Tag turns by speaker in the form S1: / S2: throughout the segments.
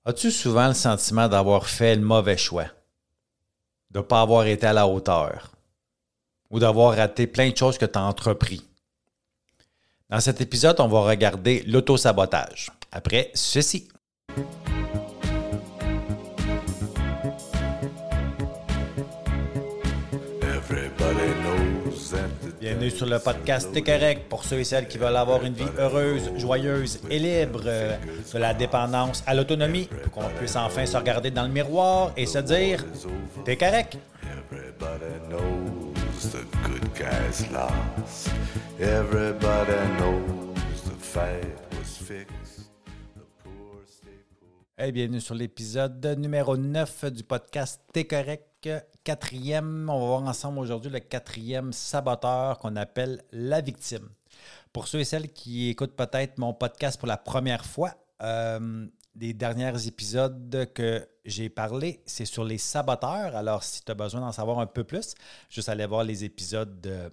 S1: As-tu souvent le sentiment d'avoir fait le mauvais choix, de ne pas avoir été à la hauteur ou d'avoir raté plein de choses que tu as entrepris? Dans cet épisode, on va regarder l'autosabotage. Après ceci. Bienvenue sur le podcast T'es correct pour ceux et celles qui veulent avoir une vie heureuse, joyeuse et libre, de la dépendance à l'autonomie, pour qu'on puisse enfin se regarder dans le miroir et se dire T'es correct. Hey, bienvenue sur l'épisode numéro 9 du podcast T'es correct. Quatrième, on va voir ensemble aujourd'hui le quatrième saboteur qu'on appelle la victime. Pour ceux et celles qui écoutent peut-être mon podcast pour la première fois, les derniers épisodes que j'ai parlé, c'est sur les saboteurs. Alors, si tu as besoin d'en savoir un peu plus, juste aller voir les épisodes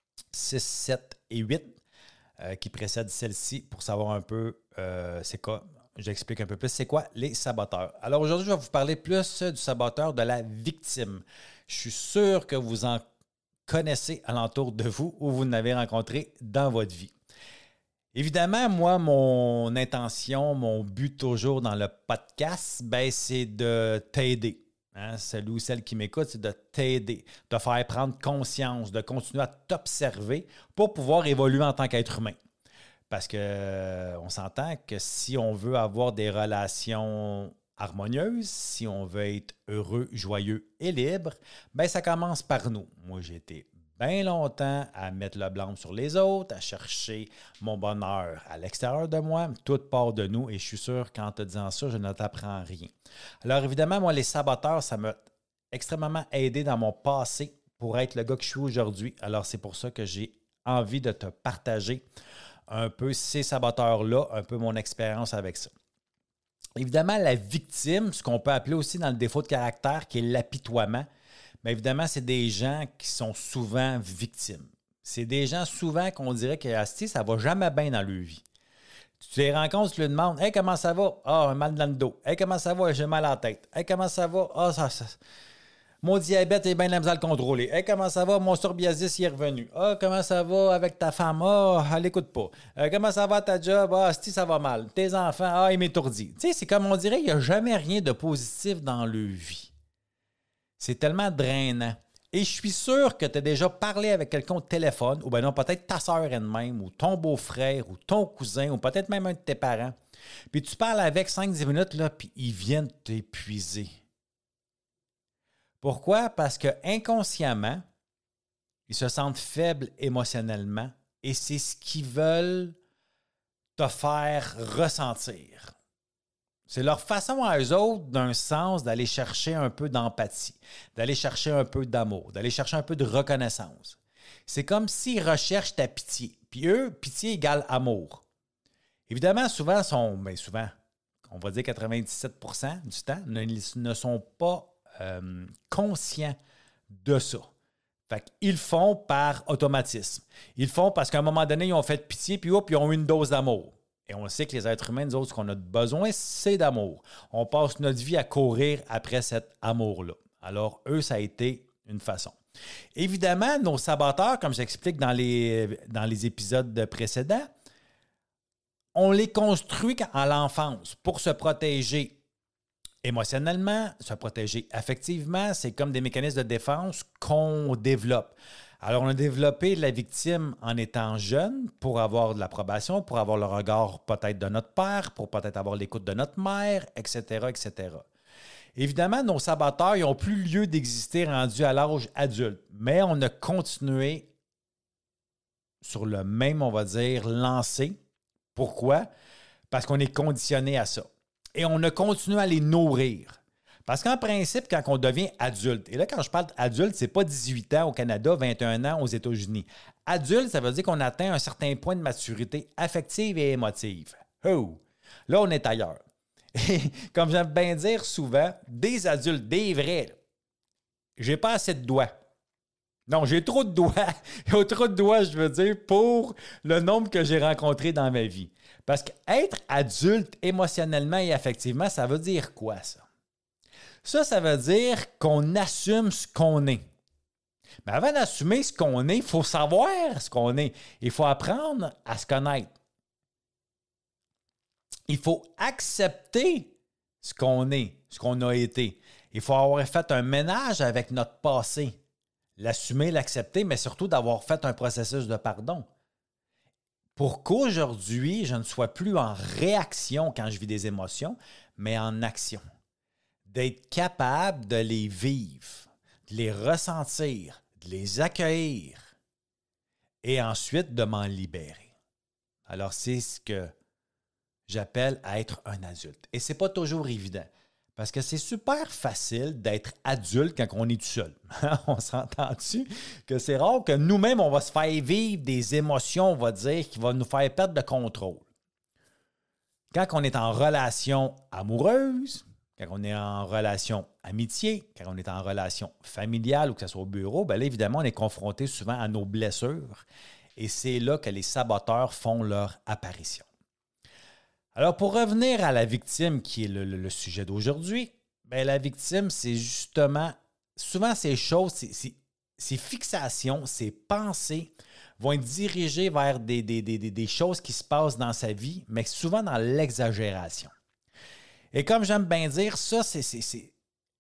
S1: 6, 7 et 8 qui précèdent celle-ci pour savoir un peu c'est quoi. J'explique un peu plus c'est quoi les saboteurs. Alors aujourd'hui, je vais vous parler plus du saboteur de la victime. Je suis sûr que vous en connaissez alentour de vous ou vous en avez rencontré dans votre vie. Évidemment, moi, mon intention, mon but toujours dans le podcast, c'est de t'aider. Celui ou celle qui m'écoute, c'est de t'aider, de faire prendre conscience, de continuer à t'observer pour pouvoir évoluer en tant qu'être humain. Parce qu'on s'entend que si on veut avoir des relations harmonieuses, si on veut être heureux, joyeux et libre, ça commence par nous. Moi, j'ai été bien longtemps à mettre le blâme sur les autres, à chercher mon bonheur à l'extérieur de moi. Tout part de nous et je suis sûr qu'en te disant ça, je ne t'apprends rien. Alors évidemment, moi, les saboteurs, ça m'a extrêmement aidé dans mon passé pour être le gars que je suis aujourd'hui. Alors c'est pour ça que j'ai envie de te partager un peu ces saboteurs-là, un peu mon expérience avec ça. Évidemment, la victime, ce qu'on peut appeler aussi dans le défaut de caractère, qui est l'apitoiement, bien évidemment, c'est des gens qui sont souvent victimes. C'est des gens souvent qu'on dirait que ça ne va jamais bien dans leur vie. Tu les rencontres, tu leur demandes « Hey, comment ça va? Ah, un mal dans le dos. Hey, comment ça va? J'ai mal à la tête. Hey, comment ça va? Ah, ça. Mon diabète est bien la misère à le contrôler. Hey, comment ça va? Mon psoriasis il est revenu. Ah, comment ça va avec ta femme? Ah, elle n'écoute pas. Comment ça va ta job? Ah, ça va mal. Tes enfants? Ah, il m'étourdit. Tu sais, c'est comme on dirait, il n'y a jamais rien de positif dans leur vie. C'est tellement drainant. Et je suis sûr que tu as déjà parlé avec quelqu'un au téléphone, ou bien non, peut-être ta soeur elle-même, ou ton beau-frère, ou ton cousin, ou peut-être même un de tes parents. Puis tu parles avec 5-10 minutes, là, puis ils viennent t'épuiser. Pourquoi? Parce que inconsciemment, ils se sentent faibles émotionnellement et c'est ce qu'ils veulent te faire ressentir. C'est leur façon à eux autres, d'un sens, d'aller chercher un peu d'empathie, d'aller chercher un peu d'amour, d'aller chercher un peu de reconnaissance. C'est comme s'ils recherchent ta pitié. Puis eux, pitié égale amour. Évidemment, souvent, on va dire 97% du temps, ne sont pas conscients de ça. Fait qu'ils font par automatisme. Ils font parce qu'à un moment donné, ils ont fait pitié, puis hop, ils ont eu une dose d'amour. Et on sait que les êtres humains, nous autres, ce qu'on a besoin, c'est d'amour. On passe notre vie à courir après cet amour-là. Alors, eux, ça a été une façon. Évidemment, nos saboteurs, comme j'explique dans les épisodes précédents, on les construit à l'enfance pour se protéger émotionnellement, se protéger affectivement, c'est comme des mécanismes de défense qu'on développe. Alors, on a développé la victime en étant jeune pour avoir de l'approbation, pour avoir le regard peut-être de notre père, pour peut-être avoir l'écoute de notre mère, etc., etc. Évidemment, nos saboteurs n'ont plus lieu d'exister rendus à l'âge adulte, mais on a continué sur le même, on va dire, lancé. Pourquoi? Parce qu'on est conditionné à ça. Et on a continué à les nourrir. Parce qu'en principe, quand on devient adulte, et là, quand je parle d'adulte, ce n'est pas 18 ans au Canada, 21 ans aux États-Unis. Adulte, ça veut dire qu'on atteint un certain point de maturité affective et émotive. Oh! Là, on est ailleurs. Et comme j'aime bien dire souvent, des adultes, des vrais, j'ai pas assez de doigts. Non, j'ai trop de doigts. Trop de doigts, je veux dire, pour le nombre que j'ai rencontré dans ma vie. Parce qu'être adulte émotionnellement et affectivement, ça veut dire quoi, ça? Ça veut dire qu'on assume ce qu'on est. Mais avant d'assumer ce qu'on est, il faut savoir ce qu'on est. Il faut apprendre à se connaître. Il faut accepter ce qu'on est, ce qu'on a été. Il faut avoir fait un ménage avec notre passé. L'assumer, l'accepter, mais surtout d'avoir fait un processus de pardon. Pour qu'aujourd'hui, je ne sois plus en réaction quand je vis des émotions, mais en action. D'être capable de les vivre, de les ressentir, de les accueillir et ensuite de m'en libérer. Alors, c'est ce que j'appelle être un adulte. Et ce n'est pas toujours évident. Parce que c'est super facile d'être adulte quand on est tout seul. On s'entend-tu que c'est rare que nous-mêmes, on va se faire vivre des émotions, on va dire, qui vont nous faire perdre le contrôle. Quand on est en relation amoureuse, quand on est en relation amitié, quand on est en relation familiale ou que ce soit au bureau, bien là, évidemment, on est confronté souvent à nos blessures. Et c'est là que les saboteurs font leur apparition. Alors, pour revenir à la victime, qui est le sujet d'aujourd'hui, bien, la victime, c'est justement, souvent ces choses, ces fixations, ces pensées vont être dirigées vers des choses qui se passent dans sa vie, mais souvent dans l'exagération. Et comme j'aime bien dire, ça, c'est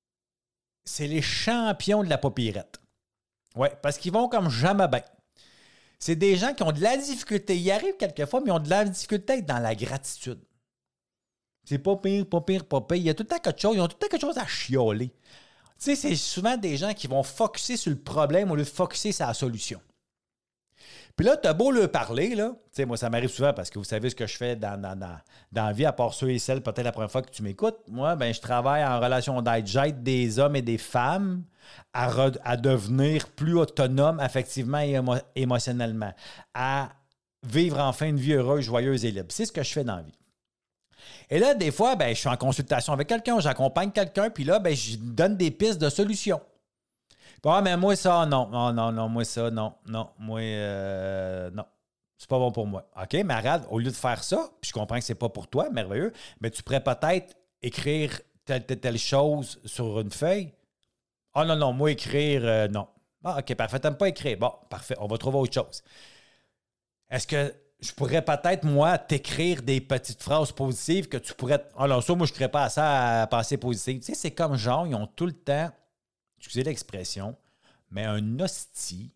S1: les champions de la paupiérette. Oui, parce qu'ils vont comme jamais bien. C'est des gens qui ont de la difficulté. Ils y arrivent quelquefois, mais ils ont de la difficulté à être dans la gratitude. C'est pas pire, pas pire, pas pire. Il y a tout le temps quelque chose, ils ont tout le temps quelque chose à chialer. Tu sais, c'est souvent des gens qui vont focusser sur le problème au lieu de focusser sur la solution. Puis là, t'as beau leur parler, là. Tu sais, moi, ça m'arrive souvent parce que vous savez ce que je fais dans la vie, à part ceux et celles, peut-être la première fois que tu m'écoutes. Moi, ben, je travaille en relation d'aide. J'aide des hommes et des femmes à devenir plus autonomes affectivement et émotionnellement, à vivre enfin une vie heureuse, joyeuse et libre. C'est ce que je fais dans la vie. Et là, des fois, ben, je suis en consultation avec quelqu'un, j'accompagne quelqu'un, puis là, ben, je donne des pistes de solutions. Ah, mais moi, ça, non, moi, ça, non, moi, non. C'est pas bon pour moi. OK, mais regarde, au lieu de faire ça, puis je comprends que c'est pas pour toi, merveilleux, mais tu pourrais peut-être écrire telle chose sur une feuille. Ah non, moi, écrire, non. Ah, OK, parfait, t'aimes pas écrire. Bon, parfait, on va trouver autre chose. Est-ce que je pourrais peut-être, moi, t'écrire des petites phrases positives que tu pourrais... Ah non, ça, moi, je ne crée pas à ça à penser positive. Tu sais, c'est comme genre, ils ont tout le temps, excusez l'expression, mais un hostie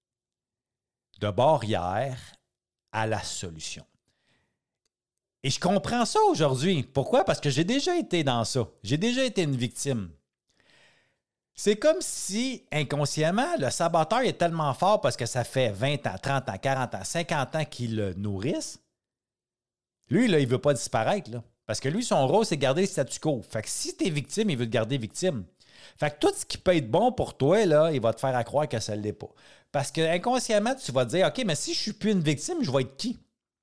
S1: de barrière à la solution. Et je comprends ça aujourd'hui. Pourquoi? Parce que j'ai déjà été dans ça. J'ai déjà été une victime. C'est comme si, inconsciemment, le saboteur est tellement fort parce que ça fait 20 ans, 30 ans, 40 ans, 50 ans qu'il le nourrisse. Lui, là, il ne veut pas disparaître. Là. Parce que lui, son rôle, c'est de garder le statu quo. Fait que si tu es victime, il veut te garder victime. Fait que tout ce qui peut être bon pour toi, là, il va te faire croire que ça ne l'est pas. Parce que inconsciemment, tu vas te dire, OK, mais si je ne suis plus une victime, je vais être qui?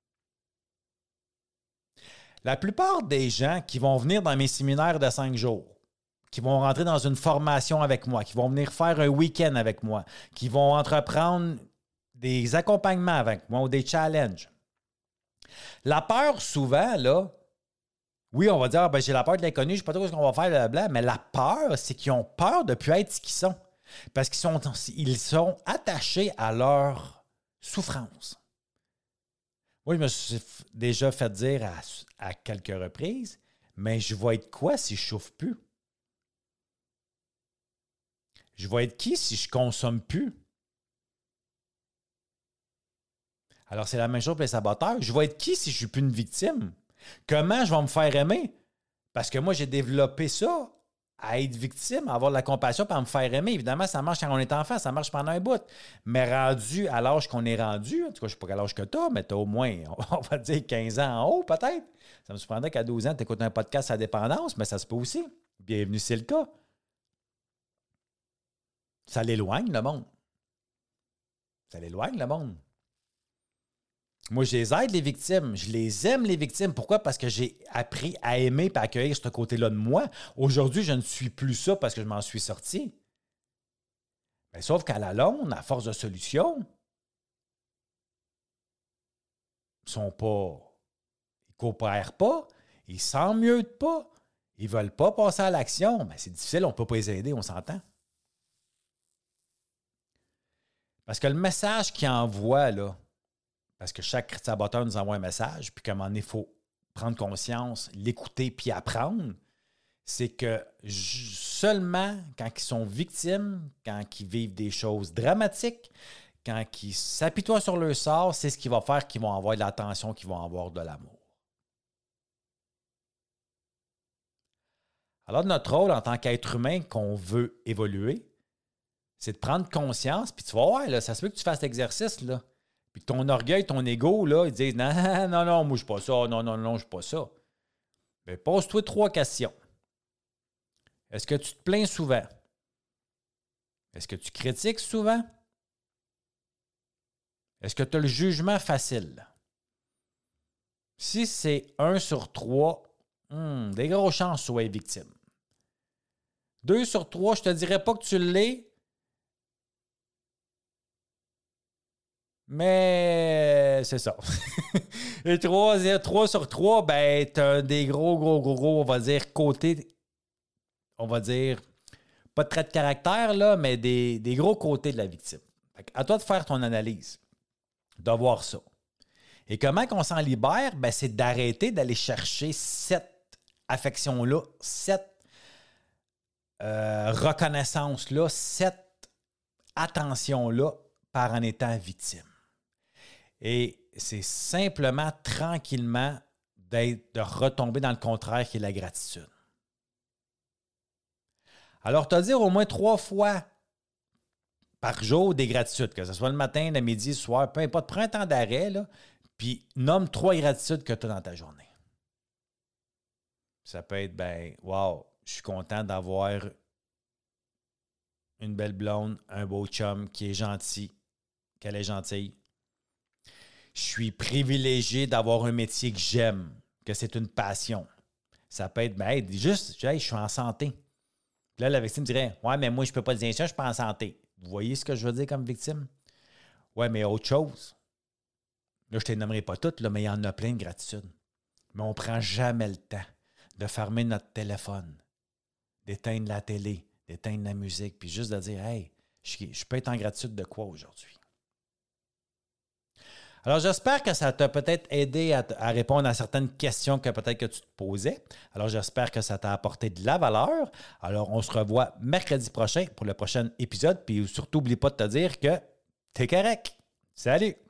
S1: La plupart des gens qui vont venir dans mes séminaires de 5 jours, qui vont rentrer dans une formation avec moi, qui vont venir faire un week-end avec moi, qui vont entreprendre des accompagnements avec moi ou des challenges. La peur, souvent, là, oui, on va dire, ben, j'ai la peur de l'inconnu, je ne sais pas trop ce qu'on va faire, blablabla, mais la peur, c'est qu'ils ont peur de ne plus être ce qu'ils sont. Parce qu'ils sont attachés à leur souffrance. Moi, je me suis déjà fait dire à quelques reprises, mais je vais être quoi si je ne souffre plus? Je vais être qui si je ne consomme plus? Alors, c'est la même chose pour les saboteurs. Je vais être qui si je ne suis plus une victime? Comment je vais me faire aimer? Parce que moi, j'ai développé ça, à être victime, à avoir de la compassion, puis à me faire aimer. Évidemment, ça marche quand on est enfant, ça marche pendant un bout. Mais rendu à l'âge qu'on est rendu, en tout cas, je ne sais pas quel âge que tu as, mais tu as au moins, on va dire 15 ans en haut, peut-être. Ça me surprendrait qu'à 12 ans, tu écoutes un podcast à dépendance, mais ça se peut aussi. Bienvenue, c'est le cas. Ça l'éloigne, le monde. Ça l'éloigne, le monde. Moi, je les aide, les victimes. Je les aime, les victimes. Pourquoi? Parce que j'ai appris à aimer et à accueillir ce côté-là de moi. Aujourd'hui, je ne suis plus ça parce que je m'en suis sorti. Ben, sauf qu'à la longue, à force de solutions, ils ne coopèrent pas, ils s'emmieuttent pas, ils ne veulent pas passer à l'action. Ben, c'est difficile, on ne peut pas les aider, on s'entend. Parce que le message qu'ils envoient, là, parce que chaque saboteur nous envoie un message, puis qu'à un moment donné, il faut prendre conscience, l'écouter, puis apprendre, c'est que seulement quand ils sont victimes, quand ils vivent des choses dramatiques, quand ils s'apitoient sur leur sort, c'est ce qui va faire qu'ils vont avoir de l'attention, qu'ils vont avoir de l'amour. Alors, notre rôle en tant qu'être humain qu'on veut évoluer, c'est de prendre conscience, puis tu vas voir, là, ça se peut que tu fasses l'exercice, là, puis ton orgueil, ton ego, là, ils disent « Non, non, non, moi, je ne suis pas ça. Non, non, non, je ne suis pas ça. » Bien, pose-toi 3 questions. Est-ce que tu te plains souvent? Est-ce que tu critiques souvent? Est-ce que tu as le jugement facile? Si c'est 1 sur 3, des grosses chances que tu sois victime. 2 sur 3, je ne te dirais pas que tu l'es, mais c'est ça. Et 3 sur 3, ben, tu as des gros, on va dire, côtés, on va dire, pas de trait de caractère, là, mais des gros côtés de la victime. À toi de faire ton analyse, de voir ça. Et comment qu'on s'en libère? Ben, c'est d'arrêter d'aller chercher cette affection-là, cette reconnaissance-là, cette attention-là par en étant victime. Et c'est simplement, tranquillement, de retomber dans le contraire qui est la gratitude. Alors, te dire au moins 3 fois par jour des gratitudes, que ce soit le matin, le midi, le soir, peu importe, prends un temps d'arrêt, là, puis nomme 3 gratitudes que tu as dans ta journée. Ça peut être, ben, wow, je suis content d'avoir une belle blonde, un beau chum qui est gentil, qu'elle est gentille. Je suis privilégié d'avoir un métier que j'aime, que c'est une passion. Ça peut être, ben, hey, juste, hey, je suis en santé. Puis là, la victime dirait, ouais, mais moi, je ne peux pas dire ça, je ne suis pas en santé. Vous voyez ce que je veux dire comme victime? Ouais, mais autre chose. Là, je ne te les nommerai pas toutes, là, mais il y en a plein de gratitude. Mais on ne prend jamais le temps de fermer notre téléphone, d'éteindre la télé, d'éteindre la musique, puis juste de dire, hey, je peux être en gratitude de quoi aujourd'hui? Alors, j'espère que ça t'a peut-être aidé à répondre à certaines questions que peut-être que tu te posais. Alors, j'espère que ça t'a apporté de la valeur. Alors, on se revoit mercredi prochain pour le prochain épisode. Puis surtout, n'oublie pas de te dire que t'es correct. Salut!